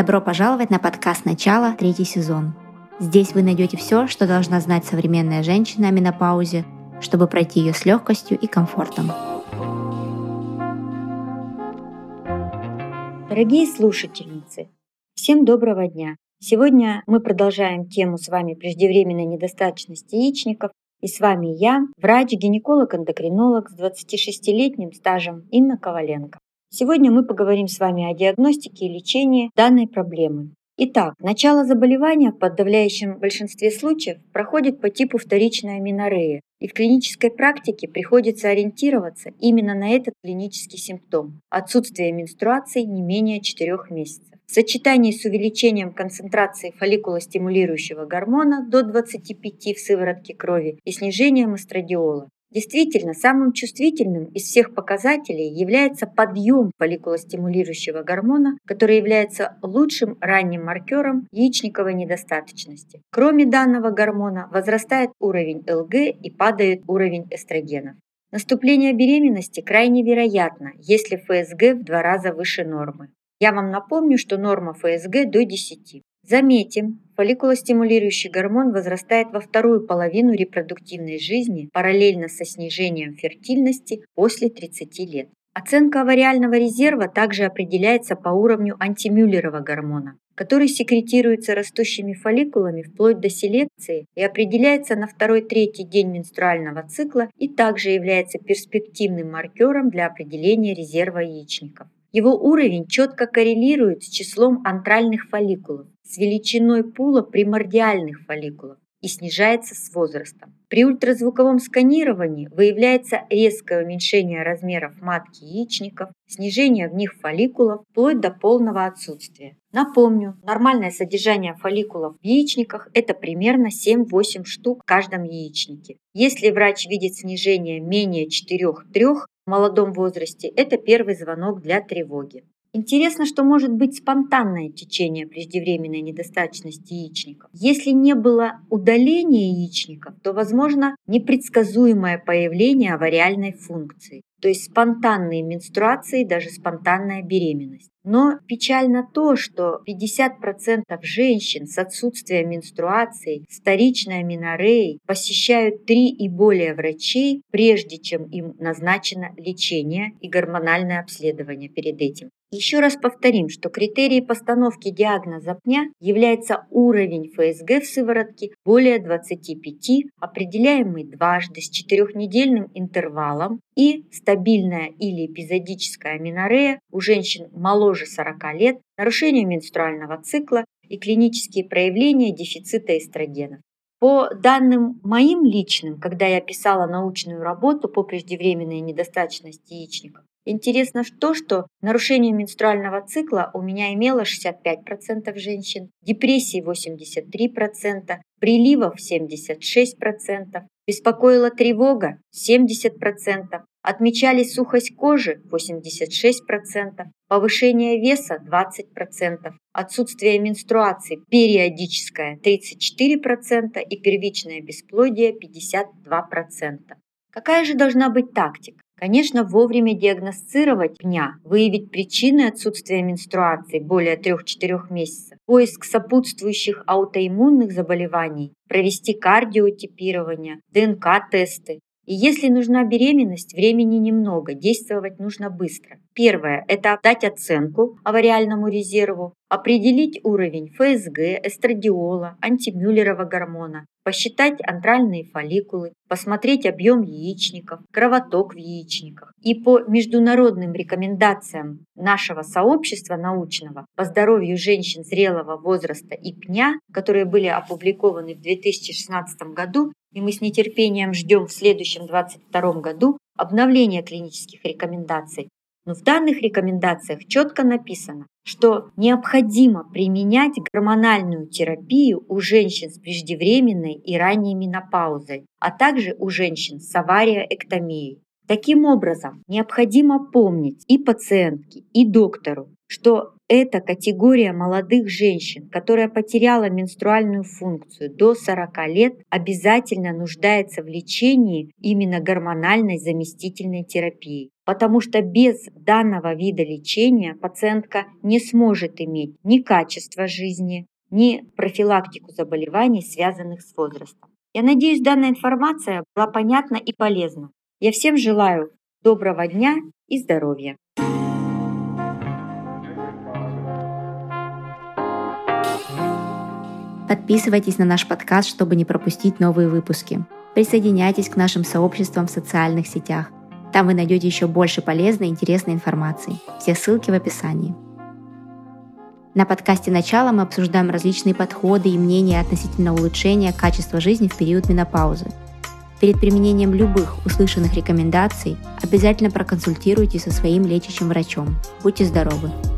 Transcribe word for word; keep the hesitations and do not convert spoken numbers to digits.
Добро пожаловать на подкаст «Начало», третий сезон. Здесь вы найдете все, что должна знать современная женщина о менопаузе, чтобы пройти ее с легкостью и комфортом. Дорогие слушательницы, всем доброго дня! Сегодня мы продолжаем тему с вами преждевременной недостаточности яичников. И с вами я, врач-гинеколог-эндокринолог с двадцатишестилетним стажем Инна Коваленко. Сегодня мы поговорим с вами о диагностике и лечении данной проблемы. Итак, начало заболевания в подавляющем большинстве случаев проходит по типу вторичной аменореи, и в клинической практике приходится ориентироваться именно на этот клинический симптом – отсутствие менструаций не менее четырёх месяцев. В сочетании с увеличением концентрации фолликулостимулирующего гормона до двадцати пяти в сыворотке крови и снижением эстрадиола. Действительно, самым чувствительным из всех показателей является подъем фолликулостимулирующего гормона, который является лучшим ранним маркером яичниковой недостаточности. Кроме данного гормона возрастает уровень эл гэ и падает уровень эстрогенов. Наступление беременности крайне вероятно, если эф эс гэ в два раза выше нормы. Я вам напомню, что норма эф эс гэ до десяти. Заметим, фолликулостимулирующий гормон возрастает во вторую половину репродуктивной жизни параллельно со снижением фертильности после тридцати лет. Оценка овариального резерва также определяется по уровню антимюллерова гормона, который секретируется растущими фолликулами вплоть до селекции и определяется на второй-третий день менструального цикла и также является перспективным маркером для определения резерва яичников. Его уровень четко коррелирует с числом антральных фолликулов, с величиной пула примордиальных фолликулов и снижается с возрастом. При ультразвуковом сканировании выявляется резкое уменьшение размеров матки яичников, снижение в них фолликулов вплоть до полного отсутствия. Напомню, нормальное содержание фолликулов в яичниках – это примерно семь-восемь штук в каждом яичнике. Если врач видит снижение менее четырёх-трёх в молодом возрасте, это первый звонок для тревоги. Интересно, что может быть спонтанное течение преждевременной недостаточности яичников. Если не было удаления яичников, то возможно непредсказуемое появление овариальной функции, то есть спонтанные менструации, даже спонтанная беременность. Но печально то, что пятьдесят процентов женщин с отсутствием менструаций, с вторичной аменореей посещают три и более врачей, прежде чем им назначено лечение и гормональное обследование перед этим. Еще раз повторим, что критерием постановки диагноза пня является уровень эф эс гэ в сыворотке более двадцати пяти, определяемый дважды с четырехнедельным интервалом, и стабильная или эпизодическая аменорея у женщин моложе сорока лет, нарушение менструального цикла и клинические проявления дефицита эстрогенов. По данным моим личным, когда я писала научную работу по преждевременной недостаточности яичников, интересно то, что нарушение менструального цикла у меня имело шестьдесят пять процентов женщин, депрессии восемьдесят три процента, приливов семьдесят шесть процентов, беспокоила тревога семьдесят процентов, отмечали сухость кожи восемьдесят шесть процентов, повышение веса двадцать процентов, отсутствие менструации периодическое тридцать четыре процента и первичное бесплодие пятьдесят два процента. Какая же должна быть тактика? Конечно, вовремя диагностировать пня, выявить причины отсутствия менструации более трёх-четырёх месяцев, поиск сопутствующих аутоиммунных заболеваний, провести кардиотипирование, дэ эн ка-тесты. И если нужна беременность, времени немного, действовать нужно быстро. Первое – это дать оценку овариальному резерву, определить уровень эф эс гэ, эстрадиола, антимюллерова гормона, посчитать антральные фолликулы, посмотреть объем яичников, кровоток в яичниках. И по международным рекомендациям нашего сообщества научного по здоровью женщин зрелого возраста и пня, которые были опубликованы в две тысячи шестнадцатом году, и мы с нетерпением ждем в следующем двадцать втором году обновления клинических рекомендаций. Но в данных рекомендациях четко написано, что необходимо применять гормональную терапию у женщин с преждевременной и ранней менопаузой, а также у женщин с авариэктомией. Таким образом, необходимо помнить и пациентке, и доктору, что эта категория молодых женщин, которая потеряла менструальную функцию до сорока лет, обязательно нуждается в лечении именно гормональной заместительной терапией. потому что без данного вида лечения пациентка не сможет иметь ни качество жизни, ни профилактику заболеваний, связанных с возрастом. Я надеюсь, данная информация была понятна и полезна. Я всем желаю доброго дня и здоровья. Подписывайтесь на наш подкаст, чтобы не пропустить новые выпуски. Присоединяйтесь к нашим сообществам в социальных сетях. Там вы найдете еще больше полезной и интересной информации. Все ссылки в описании. На подкасте «Начало» мы обсуждаем различные подходы и мнения относительно улучшения качества жизни в период менопаузы. Перед применением любых услышанных рекомендаций обязательно проконсультируйтесь со своим лечащим врачом. Будьте здоровы!